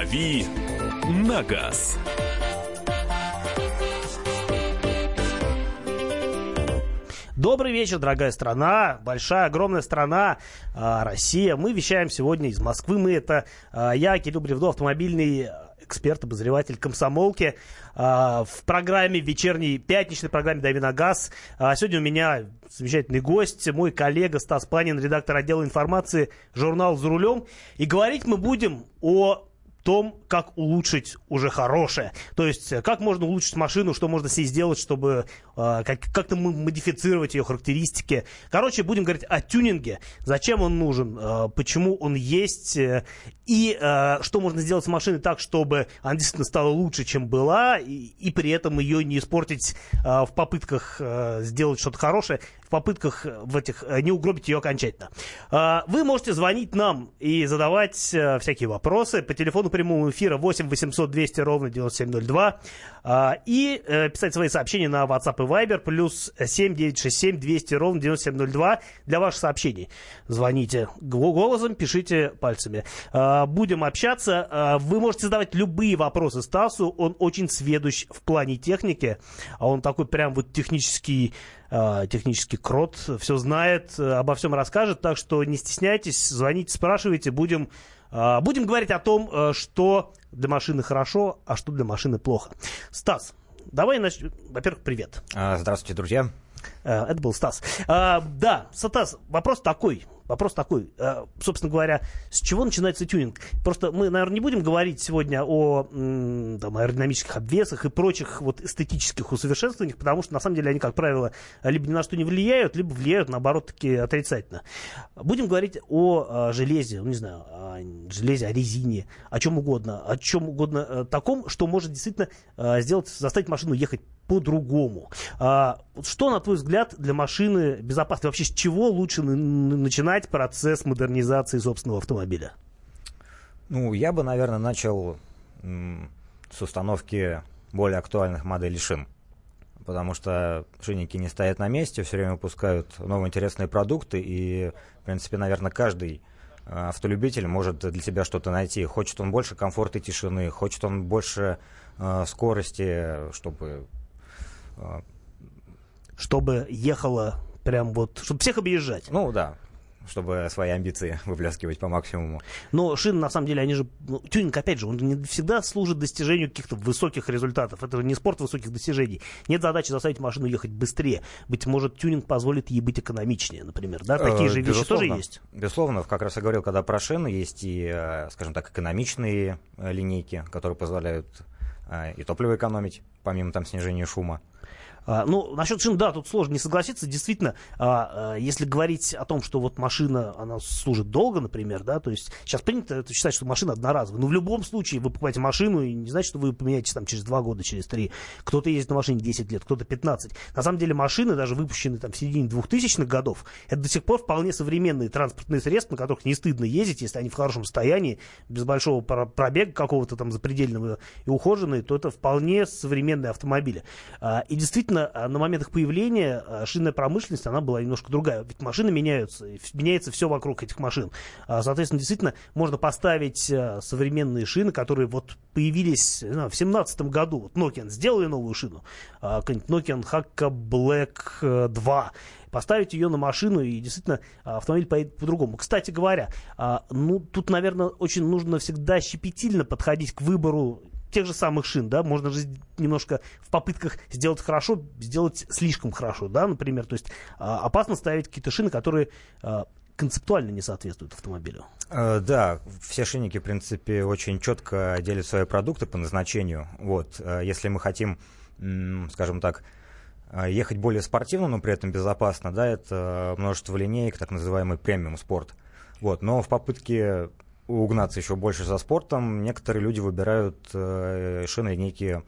«Дави на газ». Добрый вечер, дорогая страна, большая, огромная страна, Россия. Мы вещаем сегодня из Москвы. Я, Кирилл Бревдо, автомобильный эксперт, обозреватель комсомолки. В программе, в вечерней пятничной программе «Дави на газ». Сегодня у меня замечательный гость, мой коллега Стас Панин, редактор отдела информации журнала «За рулем». И говорить мы будем о том, как улучшить уже хорошее. То есть, как можно улучшить машину, что можно с ней сделать, чтобы как-то модифицировать ее характеристики. Короче, будем говорить о тюнинге. Зачем он нужен, почему он есть, и что можно сделать с машиной так, чтобы она действительно стала лучше, чем была, и при этом ее не испортить в попытках сделать что-то хорошее, в попытках не угробить ее окончательно. Вы можете звонить нам и задавать всякие вопросы по телефону прямого эфира 8 800 200 ровно 9702 и писать свои сообщения на WhatsApp и Viber плюс 7 967 200 ровно 9702 для ваших сообщений. Звоните голосом, пишите пальцами. Будем общаться. Вы можете задавать любые вопросы Стасу. Он очень сведущ в плане техники. Он такой прям вот технический крот, все знает, обо всем расскажет. Так что не стесняйтесь, звоните, спрашивайте. Будем говорить о том, что для машины хорошо, а что для машины плохо. Стас, давай начнем. Во-первых, привет. Здравствуйте, друзья. Это был Стас. Да, Стас, вопрос такой. Собственно говоря, с чего начинается тюнинг? Просто мы, наверное, не будем говорить сегодня о аэродинамических обвесах и прочих вот эстетических усовершенствованиях, потому что, на самом деле, они, как правило, либо ни на что не влияют, либо влияют, наоборот, таки отрицательно. Будем говорить о железе, о резине, о чем угодно таком, что может действительно заставить машину ехать по-другому. Что, на твой взгляд, для машины безопасно? Вообще, с чего лучше начинать процесс модернизации собственного автомобиля? Я бы, наверное, начал с установки более актуальных моделей шин. Потому что шинники не стоят на месте, все время выпускают новые интересные продукты. И, в принципе, наверное, каждый автолюбитель может для себя что-то найти. Хочет он больше комфорта и тишины, хочет он больше скорости, чтобы ехало прям чтобы всех объезжать. Да, чтобы свои амбиции выплескивать по максимуму. Но шины, на самом деле, они же... тюнинг, опять же, он не всегда служит достижению каких-то высоких результатов. Это не спорт высоких достижений. Нет задачи заставить машину ехать быстрее. Быть может, тюнинг позволит ей быть экономичнее, например. Да? Такие же вещи тоже есть? Безусловно. Как раз я говорил, когда про шины, есть и, скажем так, экономичные линейки, которые позволяют и топливо экономить, помимо снижения шума. Насчет шин, да, тут сложно не согласиться. Действительно, если говорить о том, что машина, она служит долго, например, да, то есть сейчас принято считать, что машина одноразовая. Но в любом случае вы покупаете машину, и не значит, что вы поменяетесь через 2 года, через 3. Кто-то ездит на машине 10 лет, кто-то 15. На самом деле машины, даже выпущенные в середине 2000-х годов, это до сих пор вполне современные транспортные средства, на которых не стыдно ездить, если они в хорошем состоянии, без большого пробега какого-то запредельного и ухоженные, то это вполне современные автомобили. И действительно, на момент их появления шинная промышленность, она была немножко другая. Ведь машины меняются, и меняется все вокруг этих машин. Соответственно, действительно, можно поставить современные шины, которые появились в 2017 году. Nokian сделали новую шину, Nokian Hakka Black 2. Поставить ее на машину, и действительно автомобиль поедет по-другому. Кстати говоря, тут, наверное, очень нужно всегда щепетильно подходить к выбору тех же самых шин, да, можно же немножко в попытках сделать хорошо, сделать слишком хорошо, да, например, то есть опасно ставить какие-то шины, которые концептуально не соответствуют автомобилю. Да, все шинники, в принципе, очень четко делят свои продукты по назначению. Если мы хотим, скажем так, ехать более спортивно, но при этом безопасно, да, это множество линеек, так называемый премиум спорт. Но в попытке угнаться еще больше за спортом, некоторые люди выбирают шины линейки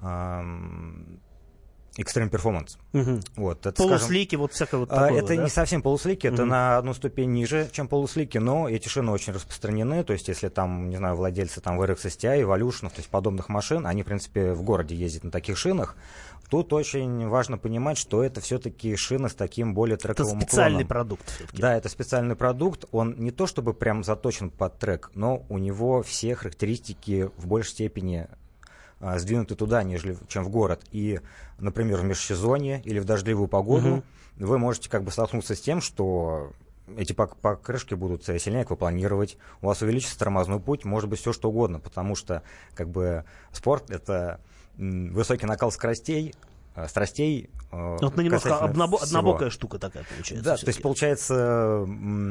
Extreme Performance. Угу. Полуслики, всякое такое. Это да? не совсем полуслики, это на одну ступень ниже, чем полуслики, но эти шины очень распространены. То есть, если владельцы VRX STI, Evolution, то есть подобных машин, они, в принципе, в городе ездят на таких шинах. Тут очень важно понимать, что это все-таки шина с таким более трековым уклоном. Это специальный продукт все-таки. Да, это специальный продукт. Он не то чтобы прям заточен под трек, но у него все характеристики в большей степени сдвинуты туда, нежели чем в город. И, например, в межсезонье или в дождливую погоду вы можете как бы столкнуться с тем, что эти покрышки будут сильнее аквапланировать, у вас увеличится тормозной путь, может быть, все что угодно, потому что как бы спорт — это высокий накал страстей. Вот немножко однобокая штука такая получается. Да, то есть получается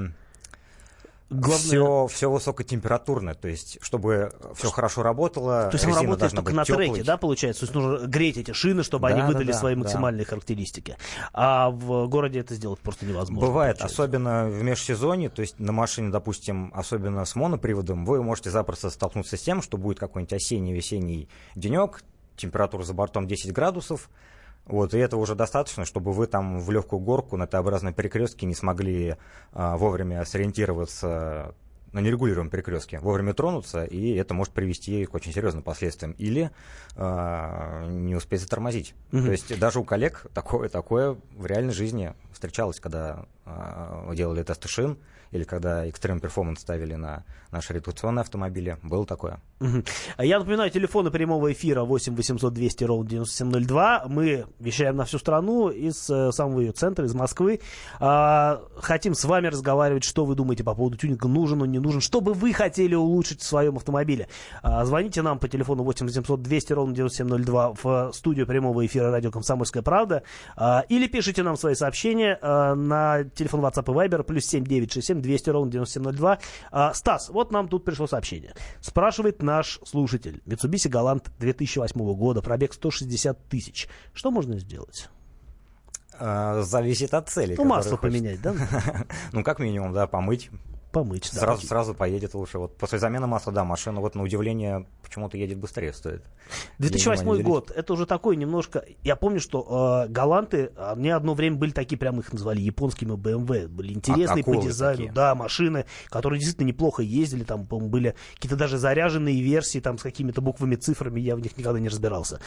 все высокотемпературное, то есть чтобы все хорошо работало. То есть он работает только на треке, да, получается? То есть нужно греть эти шины, чтобы они выдали свои максимальные характеристики. А в городе это сделать просто невозможно. Бывает, особенно в межсезонье, то есть на машине, допустим, особенно с моноприводом, вы можете запросто столкнуться с тем, что будет какой-нибудь осенний-весенний денек, температура за бортом 10 градусов, вот, и этого уже достаточно, чтобы вы там в легкую горку на Т-образном перекрестке не смогли вовремя сориентироваться на нерегулируемом перекрестке, вовремя тронуться, и это может привести к очень серьезным последствиям. Или не успеть затормозить. То есть даже у коллег такое в реальной жизни встречалось, когда делали тесты шин, или когда Extreme Performance ставили на наши редукционные автомобили. Было такое. Я напоминаю, телефоны прямого эфира 8 800 200 ровно 9702. Мы вещаем на всю страну из самого ее центра, из Москвы. Хотим с вами разговаривать, что вы думаете по поводу тюнинга, нужен он, не нужен, что бы вы хотели улучшить в своем автомобиле. Звоните нам по телефону 8 800 200 ровно 9702 в студию прямого эфира радио «Комсомольская правда». Или пишите нам свои сообщения на телефон WhatsApp и Viber +7 967 200 ровно 9702. Стас, вот нам тут пришло сообщение. Спрашивает наш слушатель. Mitsubishi Galant 2008 года, пробег 160 тысяч. Что можно сделать? Зависит от цели. Ну, масло поменять, да? Ну, как минимум, да, помыть. Помыть, да. Сразу поедет лучше. Вот после замены масла, да, машина, вот на удивление, почему-то едет быстрее стоит. 2008 год, это уже такой немножко... Я помню, что галанты, они одно время были такие, прям их называли японскими BMW, были интересные по дизайну, такие. Да, машины, которые действительно неплохо ездили, там, по-моему, были какие-то даже заряженные версии, там, с какими-то буквами, цифрами, я в них никогда не разбирался.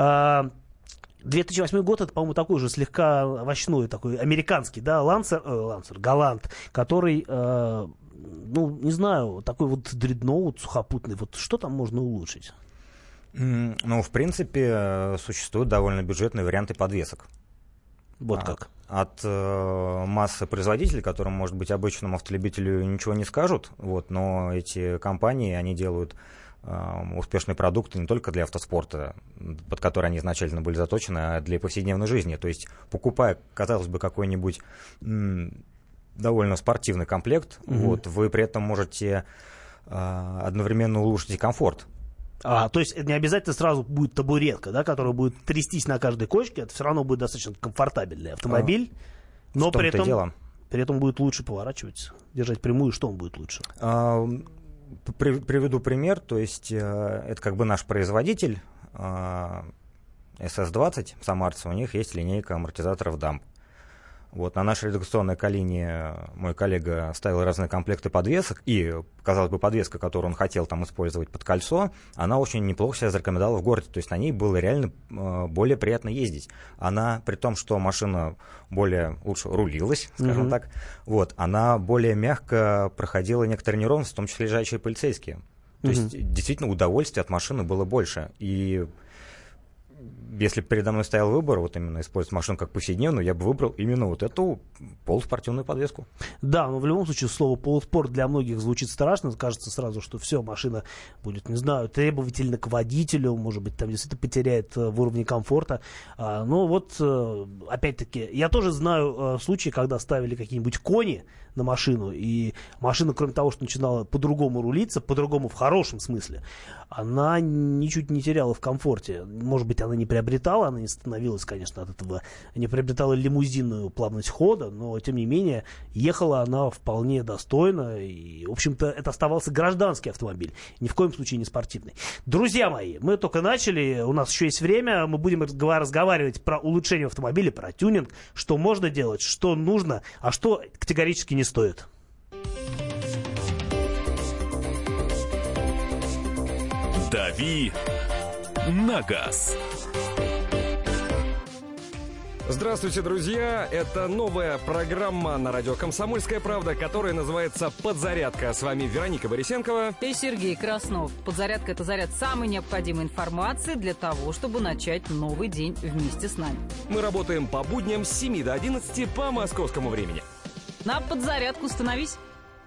2008 год, это, по-моему, такой же слегка овощной, такой американский, да, Галант, который, ну, не знаю, такой вот дредноут сухопутный, вот что там можно улучшить? Ну, в принципе, существуют довольно бюджетные варианты подвесок. Вот как? От массы производителей, которым, может быть, обычному автолюбителю ничего не скажут, вот, но эти компании, они делают успешные продукты не только для автоспорта, под которые они изначально были заточены, а для повседневной жизни. То есть, покупая, казалось бы, какой-нибудь довольно спортивный комплект, вот, вы при этом можете одновременно улучшить и комфорт. То есть это не обязательно сразу будет табуретка, да, которая будет трястись на каждой кочке, это все равно будет достаточно комфортабельный автомобиль, но при этом будет лучше поворачивать, держать прямую, что он будет лучше? Приведу пример, то есть это как бы наш производитель SS20 самарцы, у них есть линейка амортизаторов Дамп. Вот, на нашей редакционной коллине мой коллега ставил разные комплекты подвесок, и, казалось бы, подвеска, которую он хотел там использовать под кольцо, она очень неплохо себя зарекомендовала в городе, то есть на ней было реально более приятно ездить. Она, при том, что машина лучше рулилась, скажем так, вот, она более мягко проходила некоторые неровности, в том числе лежачие полицейские. То есть, действительно, удовольствия от машины было больше, и... Если бы передо мной стоял выбор, вот именно использовать машину как повседневную, я бы выбрал именно вот эту полуспортивную подвеску. Да, но в любом случае слово полуспорт для многих звучит страшно. Кажется сразу, что все, машина будет, не знаю, требовательна к водителю, может быть, там действительно потеряет в уровне комфорта. Но вот, опять-таки, я тоже знаю случаи, когда ставили какие-нибудь кони на машину, и машина, кроме того, что начинала по-другому рулиться, по-другому в хорошем смысле, она ничуть не теряла в комфорте. Может быть, она не приобретала, она не становилась, конечно, от этого, не приобретала лимузинную плавность хода, но, тем не менее, ехала она вполне достойно, и, в общем-то, это оставался гражданский автомобиль, ни в коем случае не спортивный. Друзья мои, мы только начали, у нас еще есть время, мы будем разговаривать про улучшение автомобиля, про тюнинг, что можно делать, что нужно, а что категорически не стоит. «Дави на газ». Здравствуйте, друзья! Это новая программа на радио «Комсомольская правда», которая называется «Подзарядка». С вами Вероника Борисенкова и Сергей Краснов. Подзарядка – это заряд самой необходимой информации для того, чтобы начать новый день вместе с нами. Мы работаем по будням с 7 до 11 по московскому времени. На подзарядку становись.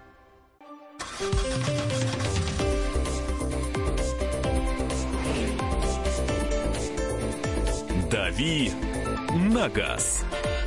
«Дави на газ».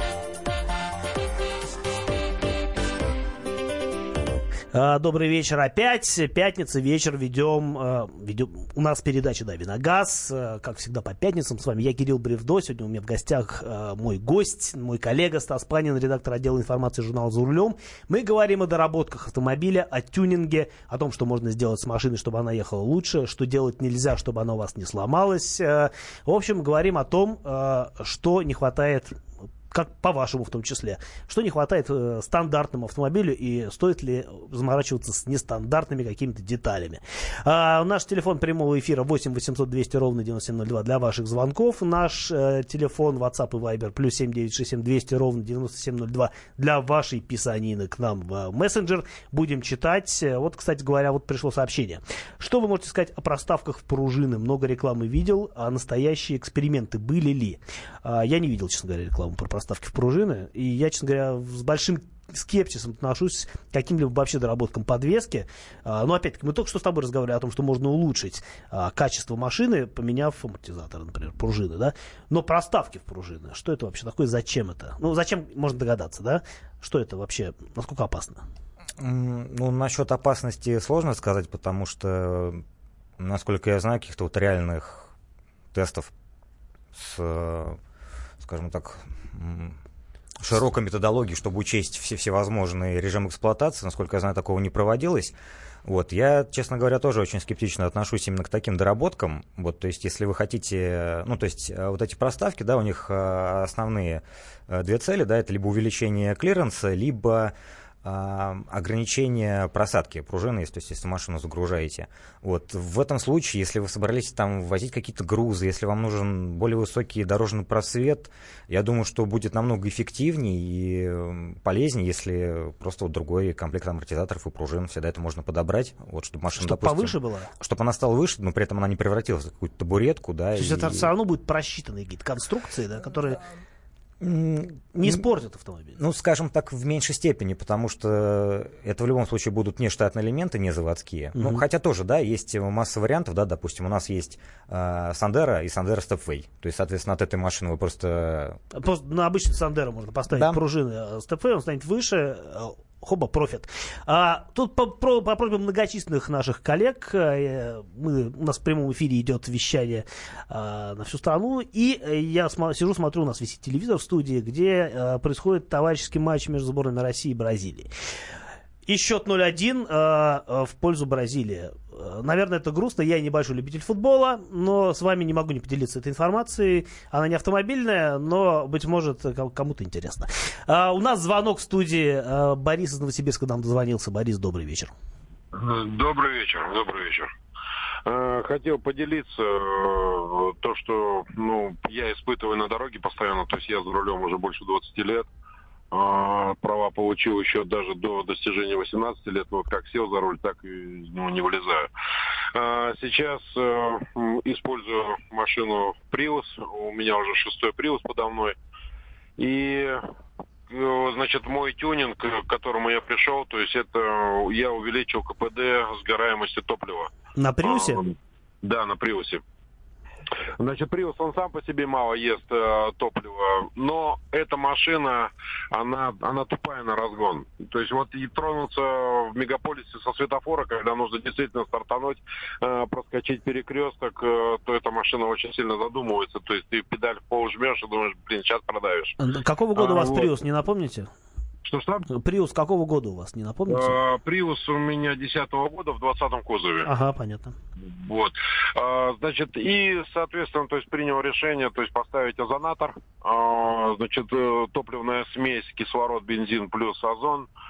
Добрый вечер опять. Пятница, вечер, ведем у нас передача «Дави на газ». Как всегда по пятницам. С вами я, Кирилл Бревдо. Сегодня у меня в гостях мой гость, мой коллега Стас Панин, редактор отдела информации журнала «За рулем». Мы говорим о доработках автомобиля, о тюнинге, о том, что можно сделать с машиной, чтобы она ехала лучше, что делать нельзя, чтобы она у вас не сломалась. В общем, говорим о том, что не хватает, как по-вашему в том числе, что не хватает стандартному автомобилю и стоит ли заморачиваться с нестандартными какими-то деталями. Наш телефон прямого эфира 8 800 200 ровно 9702 для ваших звонков. Наш телефон WhatsApp и Viber плюс 7 967 200 ровно 9702 для вашей писанины к нам в мессенджер. Будем читать. Вот, кстати говоря, вот пришло сообщение. Что вы можете сказать о проставках в пружины? Много рекламы видел, а настоящие эксперименты были ли? Я не видел, честно говоря, рекламу про проставки в пружины. И я, честно говоря, с большим скепсисом отношусь к каким-либо вообще доработкам подвески. Но, опять-таки, мы только что с тобой разговаривали о том, что можно улучшить качество машины, поменяв амортизаторы, например, пружины, да? Но проставки в пружины, что это вообще такое, зачем это? Ну, зачем, можно догадаться, да? Что это вообще, насколько опасно? Ну, насчет опасности сложно сказать, потому что, насколько я знаю, каких-то вот реальных тестов с, скажем так, широкой методологии, чтобы учесть все всевозможные режимы эксплуатации, насколько я знаю, такого не проводилось. Вот. Я, честно говоря, тоже очень скептично отношусь именно к таким доработкам. Вот, то есть, если вы хотите, ну, то есть, вот эти проставки, да, у них основные две цели, да, это либо увеличение клиренса, либо ограничение просадки пружины, то есть если машину загружаете. Вот. В этом случае, если вы собрались там возить какие-то грузы, если вам нужен более высокий дорожный просвет, я думаю, что будет намного эффективнее и полезнее, если просто вот другой комплект амортизаторов и пружин, всегда это можно подобрать, вот, чтобы машина, чтобы допустим, повыше была? Чтобы она стала выше, но при этом она не превратилась в какую-то табуретку. Да, то есть это все равно будут просчитанные какие-то конструкции, да, которые не испортят автомобиль? Ну, скажем так, в меньшей степени, потому что это в любом случае будут не штатные элементы, не заводские. Ну, хотя тоже, да, есть масса вариантов, да, допустим, у нас есть Сандера и Сандера Stepway. То есть, соответственно, от этой машины вы просто на обычный Сандера можно поставить пружины Stepway, он станет выше, хоба, профит. Тут по просьбе многочисленных наших коллег, у нас в прямом эфире идет вещание на всю страну, и я сижу, смотрю, у нас висит телевизор в студии, где происходит товарищеский матч между сборными России и Бразилии. И счет 0-1 в пользу Бразилии. Наверное, это грустно. Я небольшой любитель футбола, но с вами не могу не поделиться этой информацией. Она не автомобильная, но, быть может, кому-то интересно. У нас звонок в студии. Борис из Новосибирска нам дозвонился. Борис, добрый вечер. Добрый вечер, добрый вечер. Хотел поделиться то, что я испытываю на дороге постоянно. То есть я за рулем уже больше 20 лет. Права получил еще даже до достижения 18 лет. Вот как сел за руль, так и не вылезаю. Сейчас использую машину Prius. У меня уже 6-й Prius подо мной. И, значит, мой тюнинг, к которому я пришел, то есть это я увеличил КПД сгораемости топлива. На Приусе? Да, на Приусе. Значит, Prius, он сам по себе мало ест топлива, но эта машина, она тупая на разгон. То есть вот и тронуться в мегаполисе со светофора, когда нужно действительно стартануть, проскочить перекресток, то эта машина очень сильно задумывается. То есть ты педаль в пол жмешь и думаешь, сейчас продавишь. Какого года у вас Prius, не напомните? Что? Prius какого года у вас, не напомните? Prius у меня 10-го года в 20-м кузове. Ага, понятно. Вот. Значит, и, соответственно, то есть принял решение, то есть поставить озонатор, значит, топливная смесь, кислород, бензин плюс озон.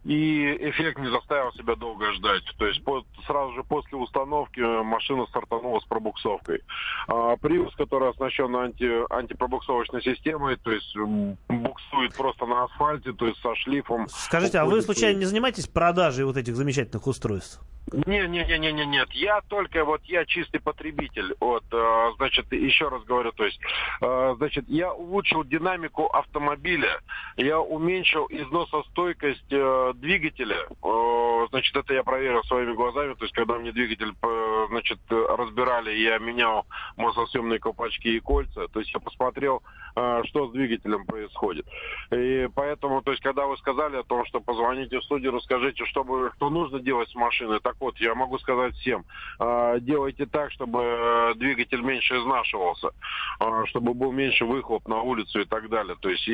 И эффект не заставил себя долго ждать. То есть сразу же после установки машина стартанула с пробуксовкой. Prius, который оснащен антипробуксовочной системой, то есть буксует просто на асфальте, то есть со шлифом. Скажите, а вы случайно не занимаетесь продажей вот этих замечательных устройств? Нет. Я чистый потребитель. Значит, еще раз говорю, то есть, значит, я улучшил динамику автомобиля, я уменьшил износостойкость двигателя. Значит, это я проверил своими глазами, то есть, когда мне двигатель, значит, разбирали, я менял маслосъемные колпачки и кольца, то есть, я посмотрел, что с двигателем происходит. И поэтому, то есть, когда вы сказали о том, что позвоните в студию, расскажите, что нужно делать с машиной, так вот, я могу сказать всем, делайте так, чтобы двигатель меньше изнашивался, чтобы был меньше выхлоп на улицу и так далее. То есть,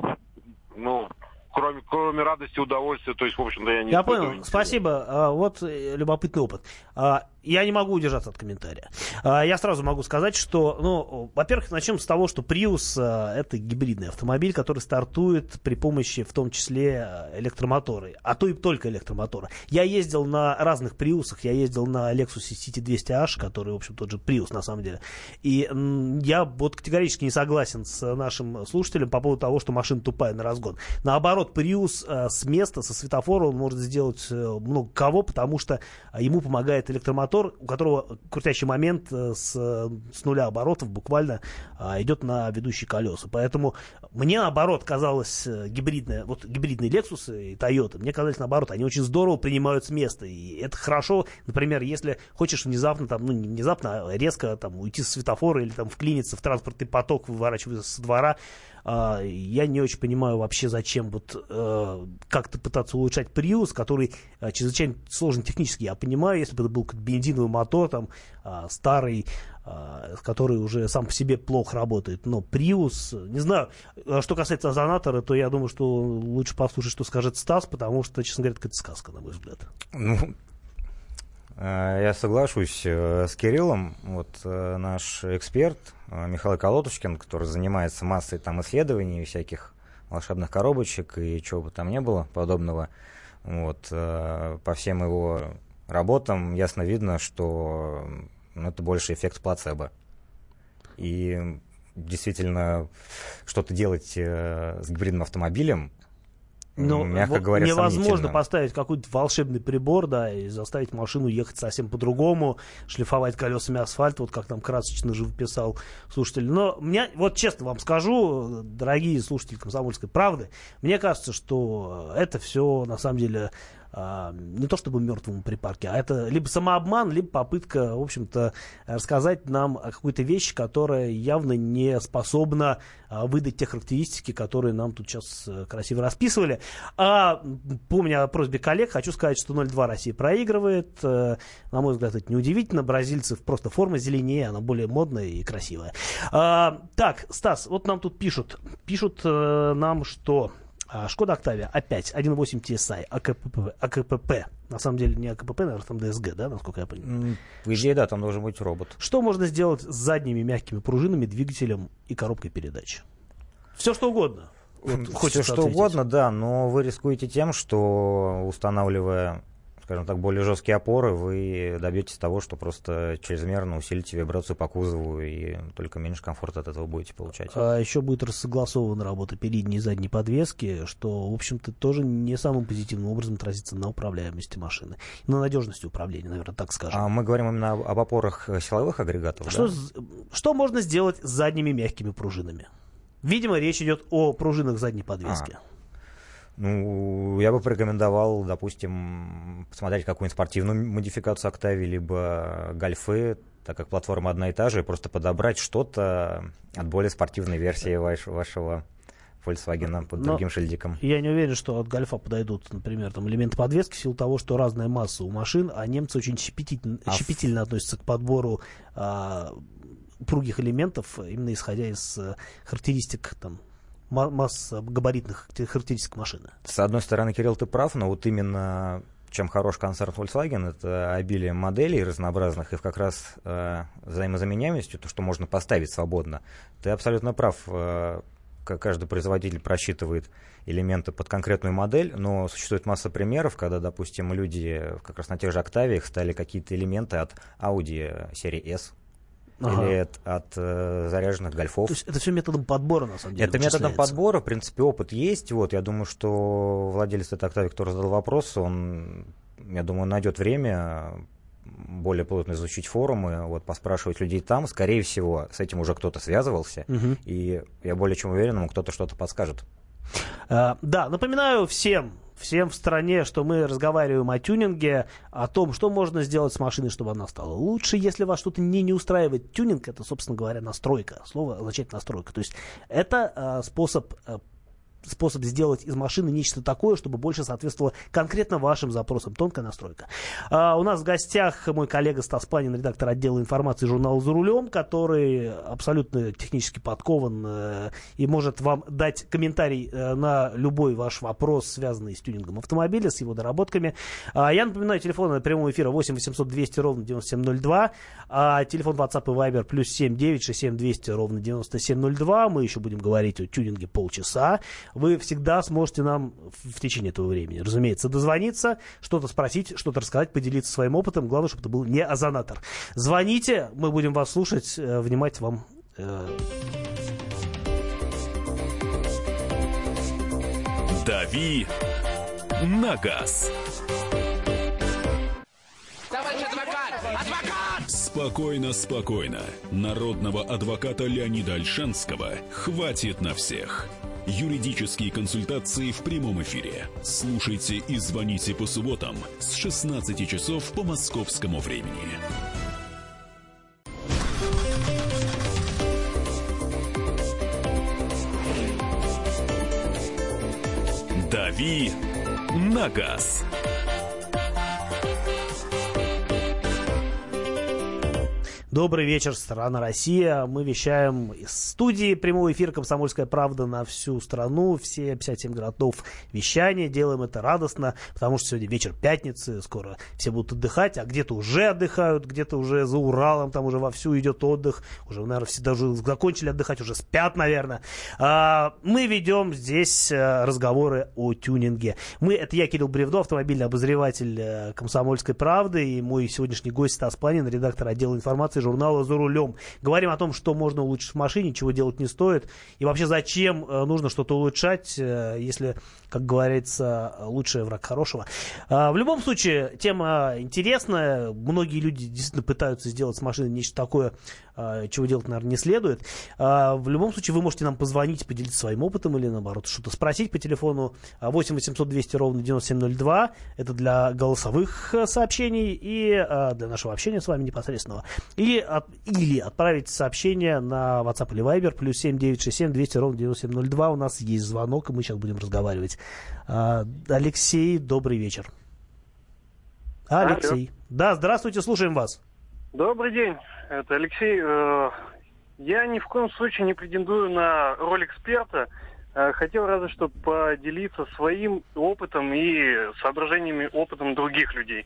кроме радости, удовольствия, то есть, в общем-то, я не... Я понял, спасибо. Вот любопытный опыт. Я не могу удержаться от комментария. Я сразу могу сказать, что, во-первых, начнем с того, что Prius это гибридный автомобиль, который стартует при помощи, в том числе, электромотора, а то и только электромотора. Я ездил на разных Prius'ах, я ездил на Lexus CT200H, который, в общем, тот же Prius, на самом деле. И я вот категорически не согласен с нашим слушателем по поводу того, что машина тупая на разгон. Наоборот, Prius с места, со светофора он может сделать много кого, потому что ему помогает электромотор, у которого крутящий момент с нуля оборотов буквально идет на ведущие колеса. Поэтому мне, наоборот, казалось гибридные Lexus и Toyota, мне казалось, наоборот, они очень здорово принимают с места. И это хорошо, например, если хочешь внезапно, не внезапно, а резко уйти с светофора или вклиниться в транспортный поток, выворачиваться со двора. Я не очень понимаю вообще, зачем как-то пытаться улучшать Prius, который чрезвычайно сложен технически. Я понимаю, если бы это был бензиновый мотор, старый, который уже сам по себе плохо работает. Но Prius, не знаю, что касается озонатора, то я думаю, что лучше послушать, что скажет Стас, потому что, честно говоря, это какая-то сказка, на мой взгляд. Я соглашусь с Кириллом. Наш эксперт Михаил Колотушкин, который занимается массой исследований, всяких волшебных коробочек и чего бы там ни было подобного. По всем его работам ясно видно, что это больше эффект плацебо. И действительно, что-то делать с гибридным автомобилем, мягко говоря, невозможно поставить какой-то волшебный прибор, и заставить машину ехать совсем по-другому, шлифовать колесами асфальт, как там красочно живописал слушатель. Но честно вам скажу, дорогие слушатели «Комсомольской правды», мне кажется, что это все на самом деле не то чтобы мертвому припарке, а это либо самообман, либо попытка, в общем-то, рассказать нам о какой-то вещи, которая явно не способна выдать те характеристики, которые нам тут сейчас красиво расписывали. Помня о просьбе коллег, хочу сказать, что 0-2 Россия проигрывает. На мой взгляд, это неудивительно. Бразильцев просто форма зеленее, она более модная и красивая. Так, Стас, нам тут пишут нам, что Шкода Октавия опять 1.8 TSI, АКПП. На самом деле не АКПП, наверное, там ДСГ, да, насколько я понимаю? В идее, да, там должен быть робот. Что можно сделать с задними мягкими пружинами, двигателем и коробкой передач? Все что угодно. Все что угодно, да, но вы рискуете тем, что, устанавливая, скажем так, более жесткие опоры, вы добьетесь того, что просто чрезмерно усилите вибрацию по кузову и только меньше комфорта от этого будете получать. А еще будет рассогласована работа передней и задней подвески, что, в общем-то, тоже не самым позитивным образом отразится на управляемости машины. На надежности управления, наверное, так скажем. А мы говорим именно об опорах силовых агрегатов, Что можно сделать с задними мягкими пружинами? Видимо, речь идет о пружинах задней подвески. Я бы порекомендовал, допустим, посмотреть какую-нибудь спортивную модификацию Октавии, либо Гольфы, так как платформа одна и та же, и просто подобрать что-то от более спортивной версии вашего Volkswagen под другим шильдиком. Я не уверен, что от Гольфа подойдут, например, элементы подвески в силу того, что разная масса у машин, а немцы очень щепетильно относятся к подбору упругих элементов, именно исходя из характеристик габаритных характеристик машины. С одной стороны, Кирилл, ты прав, но именно чем хорош концерн Volkswagen, это обилие моделей разнообразных и как раз взаимозаменяемостью, то, что можно поставить свободно. Ты абсолютно прав, каждый производитель просчитывает элементы под конкретную модель, но существует масса примеров, когда, допустим, люди как раз на тех же Octavia стали какие-то элементы от Audi серии S. Или от заряженных гольфов. То есть это все методом подбора, на самом деле? Это методом подбора, в принципе, опыт есть. Вот, я думаю, что владелец этой Octavia, кто задал вопрос, я думаю, найдет время более плотно изучить форумы, вот, поспрашивать людей там. Скорее всего, с этим уже кто-то связывался, и я более чем уверен, ему кто-то что-то подскажет. Да, напоминаю всем в стране, что мы разговариваем о тюнинге, о том, что можно сделать с машиной, чтобы она стала лучше. Если вас что-то не устраивает, тюнинг — это, собственно говоря, настройка. Слово означает настройка. То есть это способ сделать из машины нечто такое, чтобы больше соответствовало конкретно вашим запросам. Тонкая настройка. У нас в гостях мой коллега Стас Панин, редактор отдела информации журнала «За рулем», который абсолютно технически подкован и может вам дать комментарий на любой ваш вопрос, связанный с тюнингом автомобиля, с его доработками. Я напоминаю, телефон прямого эфира 8 800 200 ровно 9702, телефон WhatsApp и Viber +7 967 200 ровно 9702. Мы еще будем говорить о тюнинге полчаса. Вы всегда сможете нам в течение этого времени, разумеется, дозвониться, что-то спросить, что-то рассказать, поделиться своим опытом. Главное, чтобы это был не озонатор. Звоните, мы будем вас слушать, внимать вам. Дави на газ. Товарищ адвокат! Спокойно, спокойно. Народного адвоката Леонида Ольшанского хватит на всех. Юридические консультации в прямом эфире. Слушайте и звоните по субботам с 16 часов по московскому времени. Дави на газ. Добрый вечер, страна Россия. Мы вещаем из студии прямого эфира «Комсомольская правда» на всю страну, все 57 городов вещания. Делаем это радостно, потому что сегодня вечер пятницы, скоро все будут отдыхать, а где-то уже отдыхают, где-то уже за Уралом, там уже вовсю идет отдых. Уже, наверное, все даже закончили отдыхать, уже спят, наверное. Мы ведем здесь разговоры о тюнинге. Это я, Кирилл Бревдо, автомобильный обозреватель «Комсомольской правды», и мой сегодняшний гость Стас Панин, редактор отдела информации журнала «За рулем». Говорим о том, что можно улучшить в машине, чего делать не стоит, и вообще зачем нужно что-то улучшать, если, как говорится, лучший враг хорошего. В любом случае, тема интересная. Многие люди действительно пытаются сделать с машиной нечто такое, чего делать, наверное, не следует. В любом случае, вы можете нам позвонить, поделиться своим опытом или, наоборот, что-то спросить по телефону 8 800 200 ровно 9702. Это для голосовых сообщений и для нашего общения с вами непосредственного. Или отправить сообщение на WhatsApp или Viber +7 967 200 ровно 9702. У нас есть звонок, и мы сейчас будем разговаривать. Алексей, добрый вечер. Алексей. Алло. Да, здравствуйте, слушаем вас. Добрый день, это Алексей. Я ни в коем случае не претендую на роль эксперта. Хотел разве что поделиться своим опытом и соображениями, опытом других людей.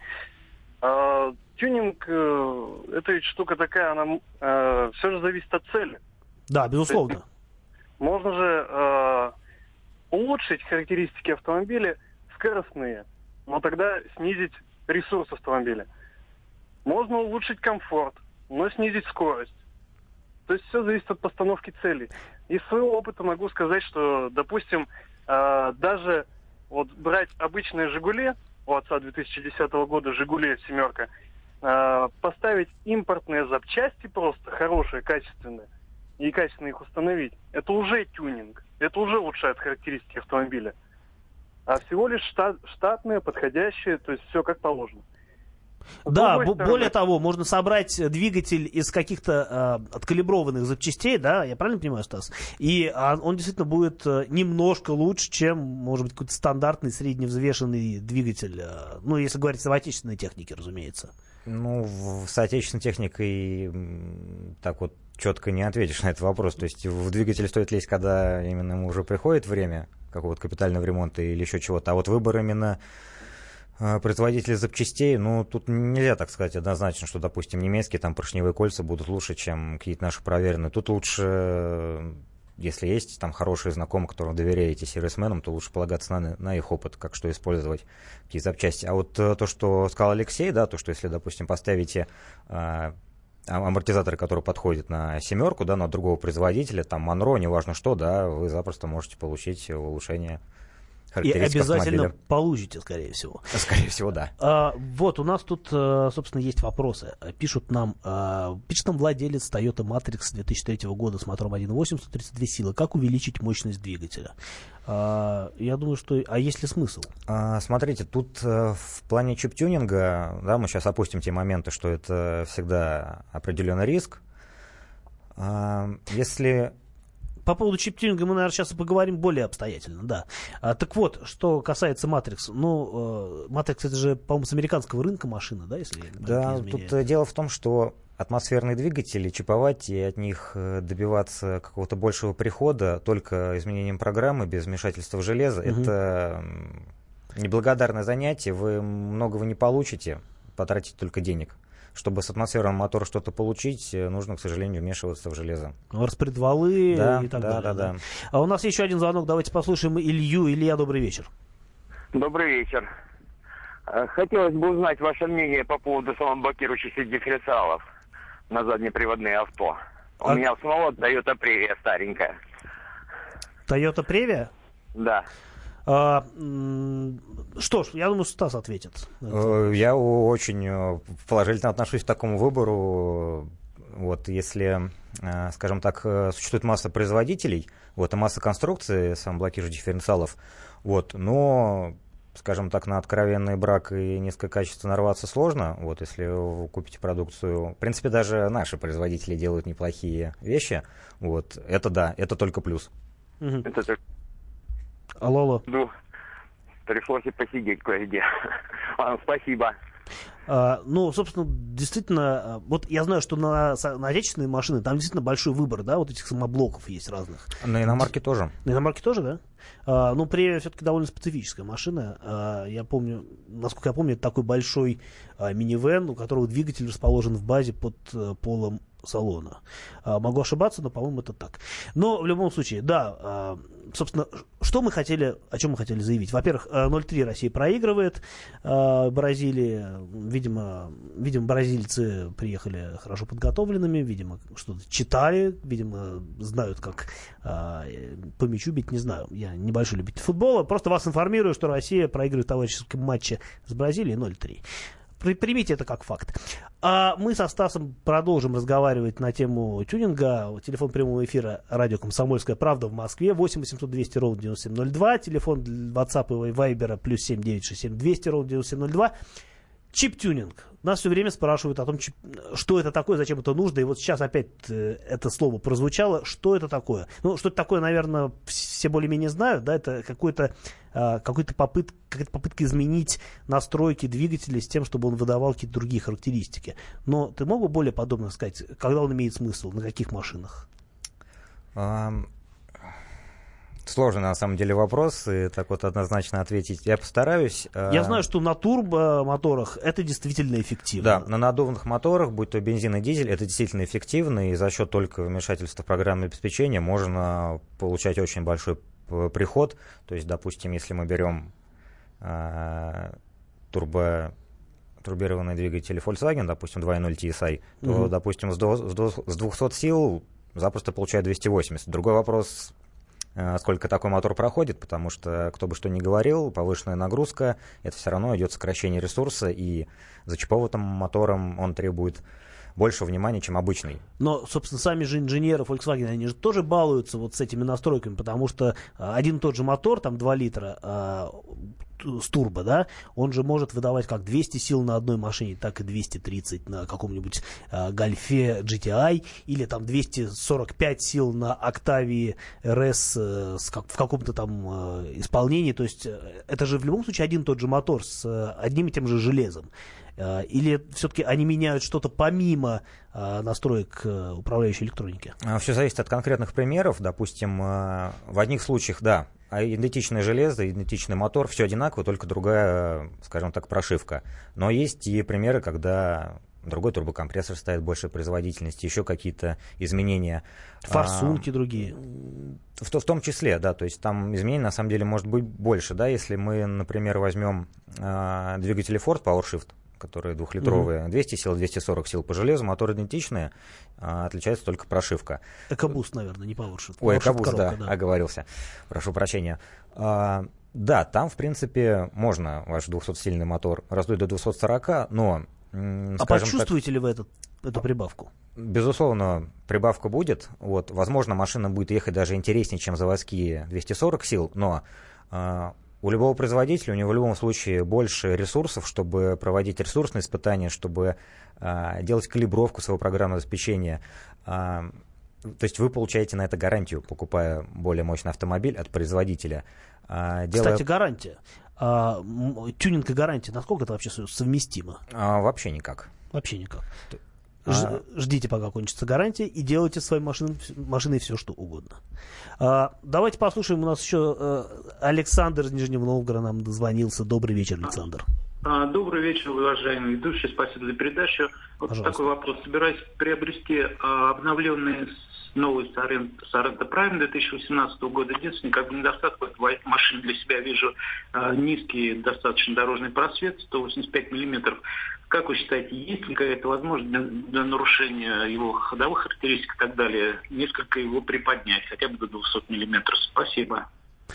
Тюнинг, это ведь штука такая, она все же зависит от цели. Да, безусловно. Можно же улучшить характеристики автомобиля скоростные, но тогда снизить ресурс автомобиля. Можно улучшить комфорт, но снизить скорость. То есть все зависит от постановки целей. Из своего опыта могу сказать, что, допустим, даже вот брать обычные «Жигули», у отца 2010 года «Жигули» семерка, поставить импортные запчасти просто, хорошие, качественные, и качественно их установить, это уже тюнинг, это уже улучшает характеристики автомобиля. А всего лишь штатные, подходящие, то есть все как положено. Да, более того, можно собрать двигатель из каких-то откалиброванных запчастей, да, я правильно понимаю, Стас? И он действительно будет немножко лучше, чем, может быть, какой-то стандартный средневзвешенный двигатель, ну, если говорить об отечественной технике, разумеется. Ну, с отечественной техникой так вот четко не ответишь на этот вопрос. То есть в двигатель стоит лезть, когда именно ему уже приходит время какого-то капитального ремонта или еще чего-то. А вот выбор именно производителей запчастей, ну, тут нельзя так сказать однозначно, что, допустим, немецкие там поршневые кольца будут лучше, чем какие-то наши проверенные. Тут лучше если есть там хорошие знакомые, которым доверяете сервисменам, то лучше полагаться на их опыт, как что использовать, какие запчасти. А вот то, что сказал Алексей, да, то, что если, допустим, поставите амортизаторы, которые подходят на семерку, да, но от другого производителя, там Монро, неважно что, да, вы запросто можете получить улучшение характеристик и обязательно автомобиля. Получите, скорее всего. Скорее всего, да. Вот, у нас тут, собственно, есть вопросы. Пишет нам владелец Toyota Matrix 2003 года с мотором 1.8, 132 силы. Как увеличить мощность двигателя? Я думаю, что... А есть ли смысл? Смотрите, тут в плане чип-тюнинга, да, мы сейчас опустим те моменты, что это всегда определенный риск. Если... По поводу чип-тюнинга мы, наверное, сейчас и поговорим более обстоятельно, да. Так вот, что касается Matrix. Ну, Matrix это же, по-моему, с американского рынка машина, да, если я не Да, тут дело в том, что атмосферные двигатели чиповать и от них добиваться какого-то большего прихода только изменением программы, без вмешательства в железо, это неблагодарное занятие, вы многого не получите, потратите только денег. Чтобы с атмосферным мотором что-то получить, нужно, к сожалению, вмешиваться в железо. Распредвалы да, и так да, далее. Да. А у нас еще один звонок. Давайте послушаем Илью. Илья, добрый вечер. Добрый вечер. Хотелось бы узнать ваше мнение по поводу самоблокирующих дифференциалов на заднеприводные авто. У меня самого Toyota Previa старенькая. Toyota Previa? Да. Что ж, я думаю, Стас ответит. Я очень положительно отношусь к такому выбору. Вот, если, скажем так, существует масса производителей, вот, и масса конструкций самоблокирующих дифференциалов, вот, но, скажем так, на откровенный брак и низкое качество нарваться сложно, вот, если вы купите продукцию. В принципе, даже наши производители делают неплохие вещи, вот, это да, это только плюс. Алло. Пришлось и посидеть кое-где. Спасибо. Ну, собственно, действительно, вот я знаю, что на отечественные машины там действительно большой выбор, да, вот этих самоблоков есть разных. На иномарке тоже. На иномарке тоже, да? Ну, Previa все-таки довольно специфическая машина. Я помню, насколько я помню, это такой большой минивэн, у которого двигатель расположен в базе под полом салона. Могу ошибаться, но, по-моему, это так. Но в любом случае, да, собственно, о чем мы хотели заявить? Во-первых, 0-3 Россия проигрывает Бразилии. Видимо, бразильцы приехали хорошо подготовленными, видимо, что-то читали, видимо, знают, как по мячу бить, не знаю. Я небольшой любитель футбола. Просто вас информирую, что Россия проигрывает в товарищеском матче с Бразилией 0-3. Примите это как факт. А мы со Стасом продолжим разговаривать на тему тюнинга. Телефон прямого эфира радио «Комсомольская правда» в Москве 8 800 200 ровно 9702. Телефон WhatsApp и Viber +7 967 200 ровно 9702. Чип-тюнинг. Нас все время спрашивают о том, что это такое, зачем это нужно. И вот сейчас опять это слово прозвучало. Что это такое? Ну, что это такое, наверное, все более-менее знают. Да? Это какая-то попытка изменить настройки двигателя с тем, чтобы он выдавал какие-то другие характеристики. Но ты мог бы более подробно сказать, когда он имеет смысл, на каких машинах? Сложный, на самом деле, вопрос, и так вот однозначно ответить я постараюсь. Я знаю, что на турбомоторах это действительно эффективно. Да, на надувных моторах, будь то бензин и дизель, это действительно эффективно, и за счет только вмешательства в программное обеспечение можно получать очень большой приход. То есть, допустим, если мы берем турбированный двигатель Volkswagen, допустим, 2.0 TSI, то, допустим, с 200 сил запросто получает 280. Другой вопрос, сколько такой мотор проходит, потому что, кто бы что ни говорил, повышенная нагрузка, это все равно идет сокращение ресурса, и за чиповым мотором он требует больше внимания, чем обычный. Но, собственно, сами же инженеры Volkswagen, они же тоже балуются вот с этими настройками, потому что один и тот же мотор, там 2 литра с турбо, да, он же может выдавать как 200 сил на одной машине, так и 230 на каком-нибудь Гольфе GTI, или там 245 сил на Octavia RS в каком-то там исполнении. То есть это же в любом случае один и тот же мотор с одним и тем же железом. Или все-таки они меняют что-то помимо настроек управляющей электроники? Все зависит от конкретных примеров. Допустим, в одних случаях, да, идентичное железо, идентичный мотор, все одинаково, только другая, скажем так, прошивка. Но есть и примеры, когда другой турбокомпрессор ставит большей производительности, еще какие-то изменения. Форсунки другие. В том числе, да, то есть там изменений на самом деле может быть больше, да, если мы, например, возьмем двигатели Ford PowerShift, которые двухлитровые, 200 сил, 240 сил по железу, моторы идентичные, отличается только прошивка. EcoBoost, наверное, не PowerShift. Ой, EcoBoost, да, оговорился, прошу прощения. Да, там, в принципе, можно ваш 200-сильный мотор раздуть до 240, но... почувствуете ли вы эту прибавку? Безусловно, прибавка будет. Вот, возможно, машина будет ехать даже интереснее, чем заводские 240 сил, но у любого производителя, у него в любом случае больше ресурсов, чтобы проводить ресурсные испытания, чтобы делать калибровку своего программного обеспечения. То есть вы получаете на это гарантию, покупая более мощный автомобиль от производителя. Кстати, гарантия. Тюнинг и гарантия, насколько это вообще совместимо? Вообще никак. Вообще никак. Ждите, пока кончится гарантия, и делайте с своей машиной все, что угодно. Давайте послушаем, у нас еще Александр из Нижнего Новгорода нам дозвонился. Добрый вечер, Александр. Добрый вечер, уважаемый ведущий, спасибо за передачу. Вот Пожалуйста. такой вопрос. Собираюсь приобрести обновленный новый Sorento Prime 2018 года. Единственный недостаток в этой машине для себя вижу низкий достаточно дорожный просвет, 185 миллиметров. Как вы считаете, есть ли какая-то возможность для нарушения его ходовых характеристик и так далее, несколько его приподнять, хотя бы до 200 миллиметров? Спасибо.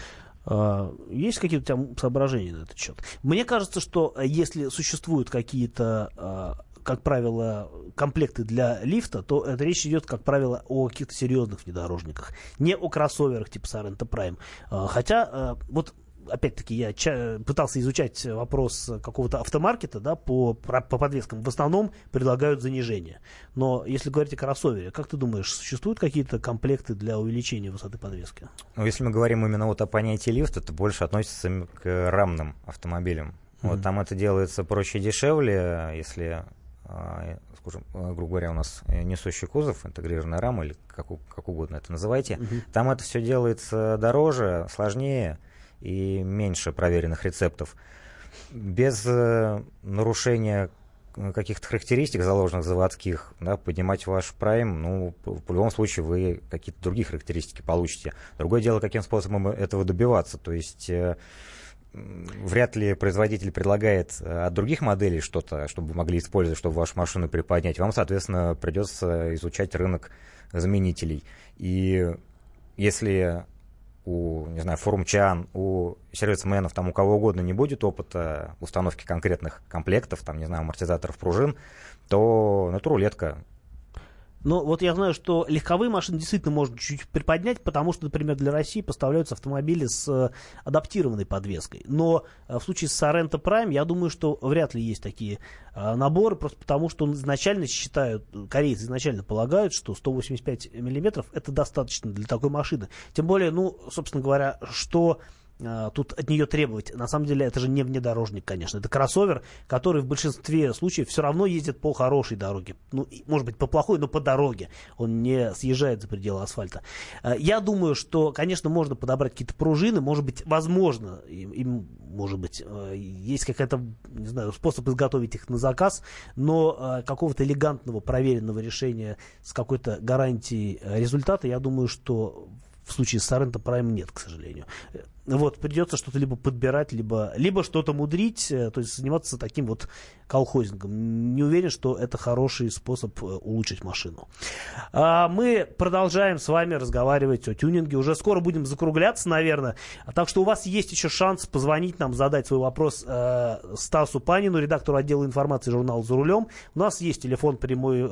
Есть какие-то у тебя соображения на этот счет? Мне кажется, что если существуют какие-то, как правило, комплекты для лифта, то это речь идет, как правило, о каких-то серьезных внедорожниках, не о кроссоверах типа Sorento Prime. Хотя, вот опять-таки, я пытался изучать вопрос какого-то автомаркета, да, по подвескам. В основном предлагают занижение. Но если говорить о кроссовере, как ты думаешь, существуют какие-то комплекты для увеличения высоты подвески? Ну, если мы говорим именно вот о понятии лифт, это больше относится к рамным автомобилям. Вот, там это делается проще и дешевле, если, скажем, грубо говоря, у нас несущий кузов, интегрированная рама, или как угодно это называйте. Там это все делается дороже, сложнее и меньше проверенных рецептов. Без нарушения каких-то характеристик, заложенных заводских, да, поднимать ваш Prime, ну, в любом случае вы какие-то другие характеристики получите. Другое дело, каким способом этого добиваться. То есть вряд ли производитель предлагает от других моделей что-то, чтобы вы могли использовать, чтобы вашу машину приподнять. Вам, соответственно, придется изучать рынок заменителей. И если у, не знаю, форумчан, у сервисменов, там у кого угодно не будет опыта установки конкретных комплектов, там, не знаю, амортизаторов, пружин, то это рулетка. Ну, вот я знаю, что легковые машины действительно можно чуть-чуть приподнять, потому что, например, для России поставляются автомобили с адаптированной подвеской. Но в случае с Sorento Prime, я думаю, что вряд ли есть такие наборы, просто потому что изначально считают, корейцы изначально полагают, что 185 миллиметров это достаточно для такой машины. Тем более, ну, собственно говоря, что тут от нее требовать. На самом деле это же не внедорожник, конечно. Это кроссовер, который в большинстве случаев все равно ездит по хорошей дороге. Ну, может быть, по плохой, но по дороге. Он не съезжает за пределы асфальта. Я думаю, что, конечно, можно подобрать какие-то пружины. Может быть, возможно, может быть, есть какая-то, не знаю, способ изготовить их на заказ, но какого-то элегантного, проверенного решения с какой-то гарантией результата, я думаю, что в случае с Sorento Prime нет, к сожалению. Вот, придется что-то либо подбирать, либо что-то мудрить, то есть заниматься таким вот колхозингом. Не уверен, что это хороший способ улучшить машину. Мы продолжаем с вами разговаривать о тюнинге. Уже скоро будем закругляться, наверное. Так что у вас есть еще шанс позвонить нам, задать свой вопрос Стасу Панину, редактору отдела информации журнала «За рулем». У нас есть телефон прямой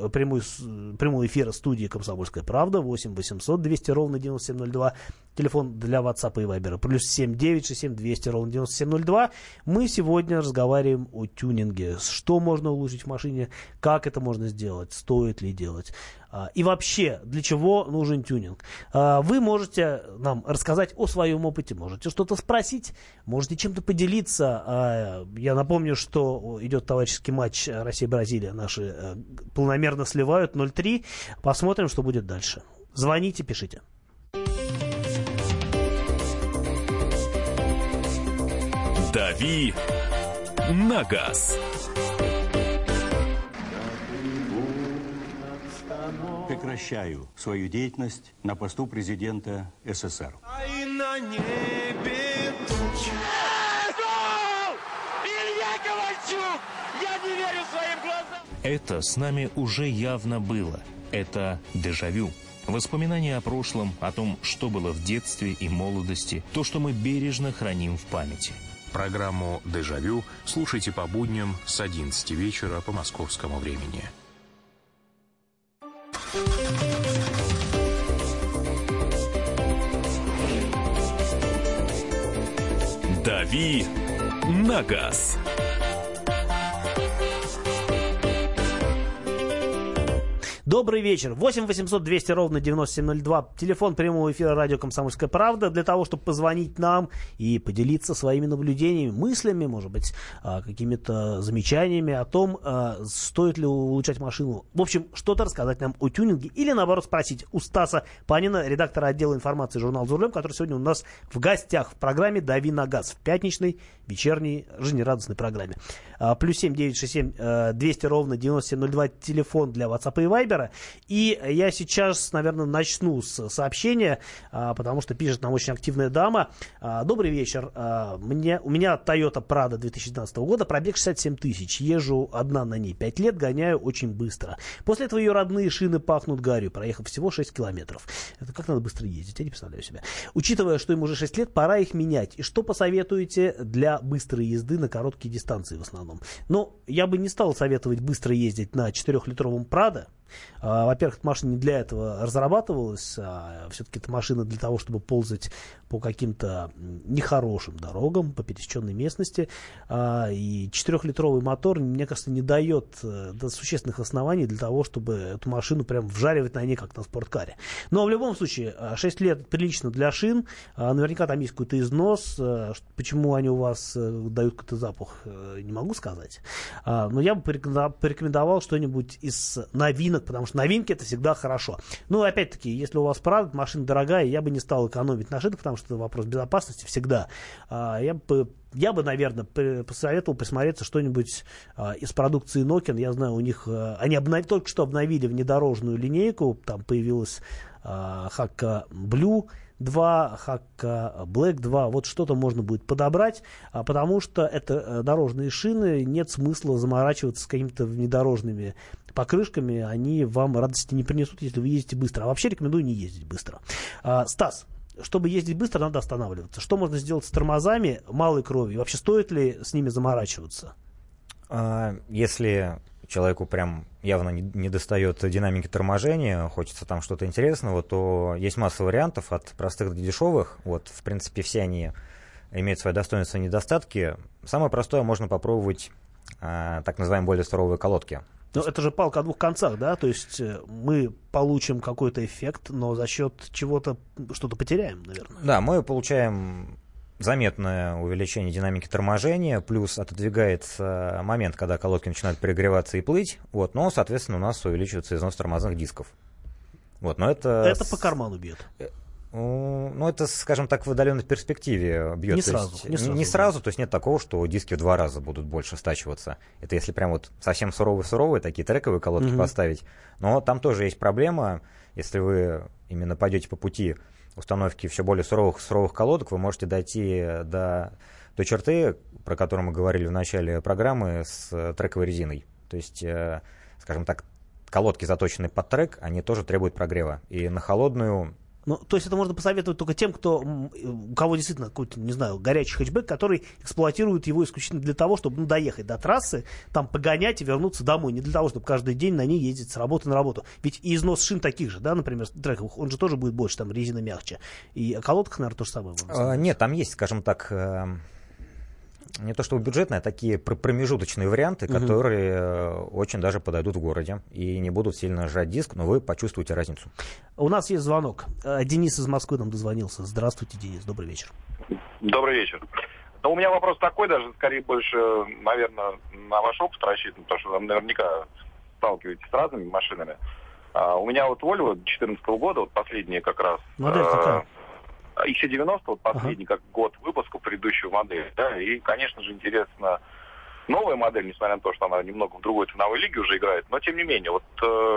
эфира студии «Комсомольская правда» 8 800 200 ровно 9702. Телефон для WhatsApp и Viber плюс 7967 200 ровно 9702. Мы сегодня разговариваем о тюнинге. Что можно улучшить в машине, как это можно сделать, стоит ли делать. И вообще, для чего нужен тюнинг. Вы можете нам рассказать о своем опыте, можете что-то спросить, можете чем-то поделиться. Я напомню, что идет товарищеский матч Россия-Бразилия. Наши планомерно сливают 0-3. Посмотрим, что будет дальше. Звоните, пишите. «Дави на газ». прекращаю свою деятельность на посту президента СССР. И на небе тучи. Илья Ковальчук! Я не верю своим глазам! Это с нами уже явно было. Это дежавю. Воспоминания о прошлом, о том, что было в детстве и молодости, то, что мы бережно храним в памяти. Программу «Дежавю» слушайте по будням с 11 вечера по московскому времени. «Дави на газ». Добрый вечер. 8 800 200 ровно 9702. Телефон прямого эфира радио «Комсомольская правда» для того, чтобы позвонить нам и поделиться своими наблюдениями, мыслями, может быть, какими-то замечаниями о том, стоит ли улучшать машину. В общем, что-то рассказать нам о тюнинге или, наоборот, спросить у Стаса Панина, редактора отдела информации журнала «За рулем», который сегодня у нас в гостях в программе «Дави на газ», в пятничной вечерней жизнерадостной программе. Плюс 7 967 200 ровно 9702 телефон для WhatsApp и Viber. И я сейчас, наверное, начну с сообщения, потому что пишет нам очень активная дама. Добрый вечер. У меня Toyota Prado 2012 года, пробег 67 тысяч. Езжу одна на ней 5 лет, гоняю очень быстро. После этого ее родные шины пахнут гарью, проехав всего 6 километров. Это как надо быстро ездить, я не представляю себя. Учитывая, что им уже 6 лет, пора их менять. И что посоветуете для быстрой езды на короткие дистанции в основном? Ну, я бы не стал советовать быстро ездить на 4-литровом Prado. Во-первых, эта машина не для этого разрабатывалась, все-таки это машина для того, чтобы ползать по каким-то нехорошим дорогам, по пересеченной местности, и 4-литровый мотор, мне кажется, не дает существенных оснований для того, чтобы эту машину прям вжаривать на ней, как на спорткаре. Но в любом случае, 6 лет прилично для шин, наверняка там есть какой-то износ, почему они у вас дают какой-то запах, не могу сказать, но я бы порекомендовал что-нибудь из новинок, потому что новинки — это всегда хорошо. Ну, опять-таки, если у вас правда машина дорогая, я бы не стал экономить на шинах, потому что это вопрос безопасности всегда. Я бы, наверное, посоветовал присмотреться что-нибудь из продукции Nokian. Я знаю, у них они только что обновили внедорожную линейку, там появилась Hakka Blue 2, Hakka Black 2, вот что-то можно будет подобрать, потому что это дорожные шины, нет смысла заморачиваться с какими-то внедорожными покрышками, они вам радости не принесут, если вы ездите быстро. А вообще рекомендую не ездить быстро. Стас, чтобы ездить быстро, надо останавливаться. Что можно сделать с тормозами малой крови? Вообще стоит ли с ними заморачиваться? Если человеку прям явно не достает динамики торможения, хочется там что-то интересного, то есть масса вариантов от простых до дешевых. Вот, в принципе, все они имеют свои достоинства и недостатки. Самое простое — можно попробовать так называемые более здоровые колодки. Но это же палка о двух концах, да? То есть мы получим какой-то эффект, но за счет чего-то что-то потеряем, наверное. Да, мы получаем заметное увеличение динамики торможения, плюс отодвигается момент, когда колодки начинают перегреваться и плыть, вот, но, соответственно, у нас увеличивается износ тормозных дисков. Вот, но это по карману бьет. Ну, это, скажем так, в отдаленной перспективе бьет. Не сразу. То есть нет такого, что диски в 2 раза будут больше стачиваться. Это если прям вот совсем суровые такие трековые колодки поставить. Но там тоже есть проблема. Если вы именно пойдете по пути установки все более суровых колодок, вы можете дойти до той черты, про которую мы говорили в начале программы, с трековой резиной. То есть, скажем так, колодки, заточенные под трек, они тоже требуют прогрева. И на холодную... Ну, то есть это можно посоветовать только тем, у кого действительно какой-то, не знаю, горячий хэтчбэк, который эксплуатирует его исключительно для того, чтобы доехать до трассы, там погонять и вернуться домой. Не для того, чтобы каждый день на ней ездить с работы на работу. Ведь и износ шин таких же, да, например, трековых, он же тоже будет больше, там резина мягче. И о колодках, наверное, то же самое можно сказать. Нет, там есть, скажем так... Не то чтобы бюджетные, а такие промежуточные варианты, которые очень даже подойдут в городе и не будут сильно жать диск, но вы почувствуете разницу. У нас есть звонок. Денис из Москвы нам дозвонился. Здравствуйте, Денис, добрый вечер. Добрый вечер. Но у меня вопрос такой, даже скорее больше, наверное, на ваш опыт рассчитан, потому что вы наверняка сталкиваетесь с разными машинами. У меня вот Volvo 2014 года, вот последняя как раз... Модель какая? XC90, вот последний как год выпуска предыдущего модели, да, и, конечно же, интересно новая модель, несмотря на то, что она немного в другой ценовой лиге уже играет, но, тем не менее, вот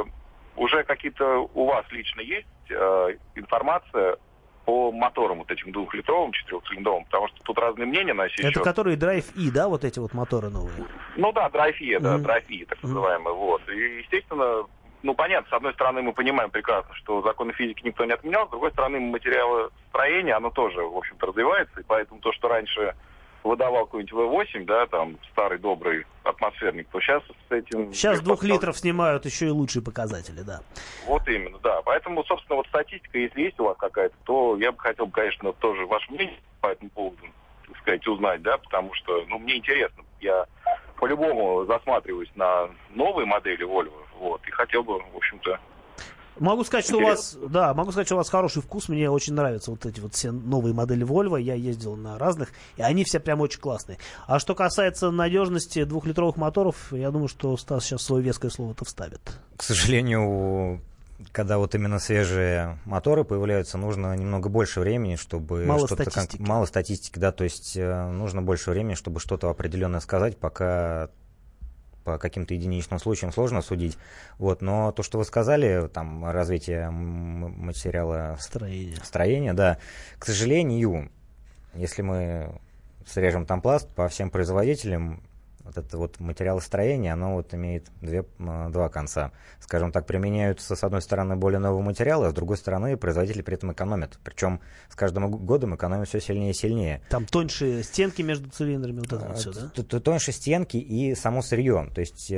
уже какие-то у вас лично есть информация по моторам вот этим 2-литровым, 4-цилиндровым, потому что тут разные мнения на сей счет. Это которые Drive-E, да, вот эти вот моторы новые? Ну да, Drive-E, да, Drive-E, так называемый, вот. И, естественно, ну, понятно, с одной стороны, мы понимаем прекрасно, что законы физики никто не отменял, с другой стороны, материалостроение, оно тоже, в общем-то, развивается, и поэтому то, что раньше выдавал какой-нибудь V8, да, там, старый добрый атмосферник, то сейчас с этим... Сейчас 2 литров снимают еще и лучшие показатели, да. Вот именно, да. Поэтому, собственно, вот статистика, если есть у вас какая-то, то я бы хотел, конечно, тоже ваше мнение по этому поводу, так сказать, узнать, да, потому что, ну, мне интересно. Я по-любому засматриваюсь на новые модели Volvo, вот, и хотел бы, в общем-то... Могу сказать, что у вас хороший вкус. Мне очень нравятся вот эти вот все новые модели Volvo. Я ездил на разных, и они все прям очень классные. А что касается надежности 2-литровых моторов, я думаю, что Стас сейчас свое веское слово-то вставит. К сожалению, когда вот именно свежие моторы появляются, нужно немного больше времени, чтобы мало статистики, да, то есть нужно больше времени, чтобы что-то определенное сказать, пока по каким-то единичным случаям сложно судить. Вот, но то, что вы сказали, там, развитие материала строения, да, к сожалению, если мы срежем там пласт по всем производителям, вот это вот материалостроение, оно вот имеет два конца. Скажем так, применяются, с одной стороны, более новые материалы, а с другой стороны, производители при этом экономят. Причем с каждым годом экономят все сильнее и сильнее. Там тоньше стенки между цилиндрами, вот это вот все, да? Тоньше стенки и само сырье. То есть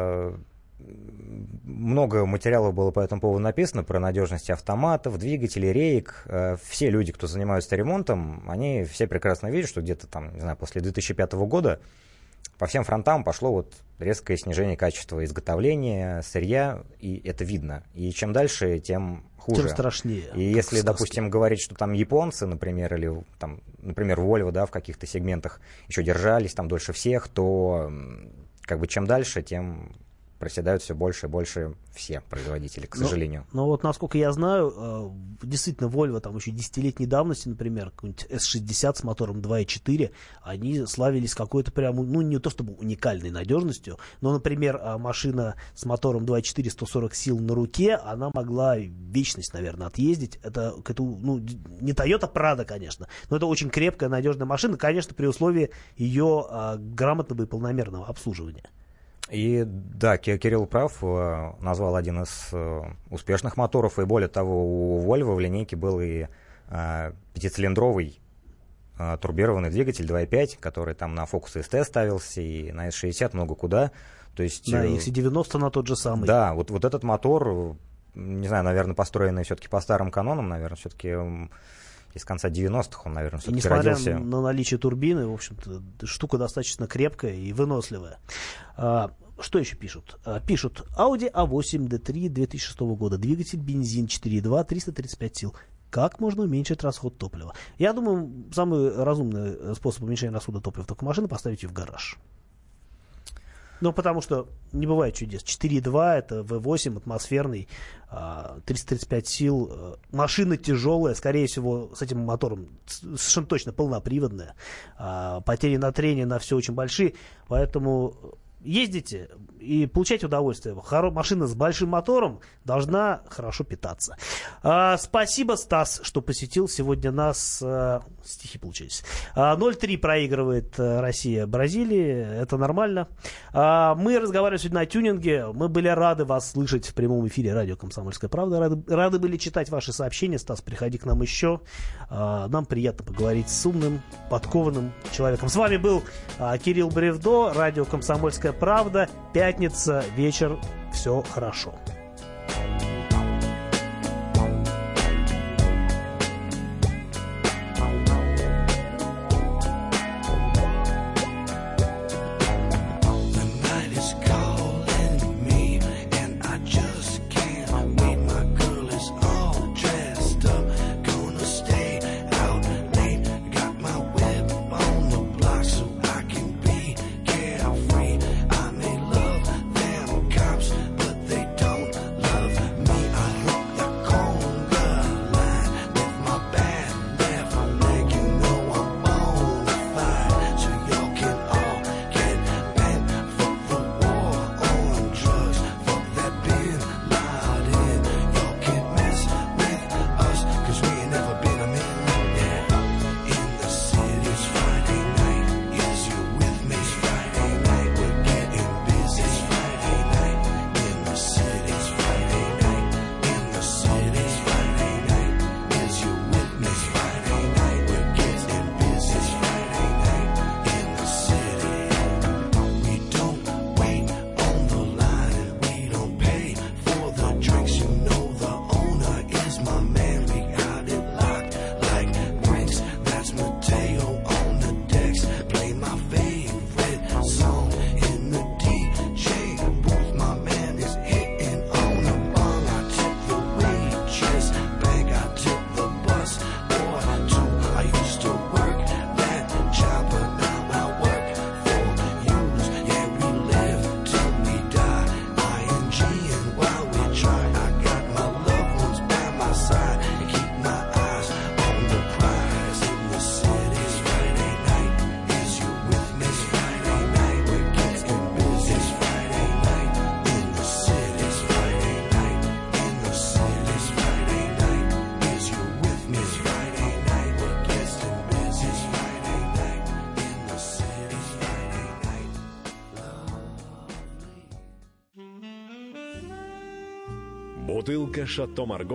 много материалов было по этому поводу написано про надежность автоматов, двигателей, рейк. Все люди, кто занимаются ремонтом, они все прекрасно видят, что где-то там, не знаю, после 2005 года по всем фронтам пошло вот резкое снижение качества изготовления, сырья, и это видно. И чем дальше, тем хуже. Тем страшнее. И если, допустим, говорить, что там японцы, например, или там, например, Volvo, да, в каких-то сегментах еще держались там дольше всех, то как бы чем дальше, тем проседают все больше и больше все производители, к сожалению. Но вот, насколько я знаю, действительно, Volvo там еще 10-летней давности, например, какой-нибудь S60 с мотором 2.4, они славились какой-то прям, ну, не то чтобы уникальной надежностью, но, например, машина с мотором 2.4, 140 сил на руке, она могла вечность, наверное, отъездить. Это, ну, не Toyota Prado, конечно, но это очень крепкая, надежная машина, конечно, при условии ее грамотного и полномерного обслуживания. И да, Кирилл прав, назвал один из успешных моторов, и более того, у Volvo в линейке был и 5-цилиндровый турбированный двигатель 2.5, который там на Focus ST ставился, и на S60 много куда. То есть, на XC90 на тот же самый. Да, вот этот мотор, не знаю, наверное, построенный все-таки по старым канонам, наверное, все-таки... Из конца 90-х он, наверное, все-таки родился. Несмотря на наличие турбины, в общем-то, штука достаточно крепкая и выносливая. Что еще пишут? Пишут: Audi A8 D3 2006 года, двигатель бензин 4.2, 335 сил. Как можно уменьшить расход топлива? Я думаю, самый разумный способ уменьшения расхода топлива такой машины — поставить ее в гараж. Ну, потому что не бывает чудес. 4.2 это V8 атмосферный, 335 сил. Машина тяжелая, скорее всего, с этим мотором совершенно точно полноприводная. Потери на трение на все очень большие. Поэтому ездите и получайте удовольствие. Машина с большим мотором должна хорошо питаться. Спасибо, Стас, что посетил сегодня нас. Стихи получились. 0-3 проигрывает Россия Бразилии. Это нормально. Мы разговаривали сегодня о тюнинге. Мы были рады вас слышать в прямом эфире радио «Комсомольская правда». Рады были читать ваши сообщения. Стас, приходи к нам еще. Нам приятно поговорить с умным, подкованным человеком. С вами был Кирилл Бревдо, радио «Комсомольская правда». Пятница, вечер. Все хорошо. Don't Бутылка «Шато Марго»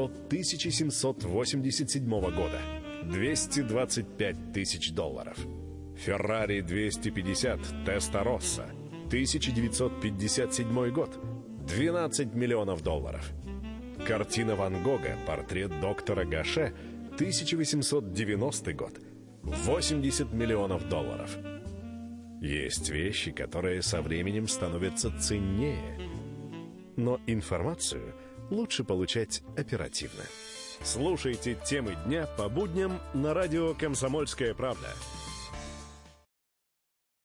1787 года. $225 тысяч. Феррари 250 Тестороssa, 1957 год. $12 миллионов. Картина Ван Гога «Портрет доктора Гаше», 1890 год. $80 миллионов. Есть вещи, которые со временем становятся ценнее. Но информацию лучше получать оперативно. Слушайте темы дня по будням на радио «Комсомольская правда».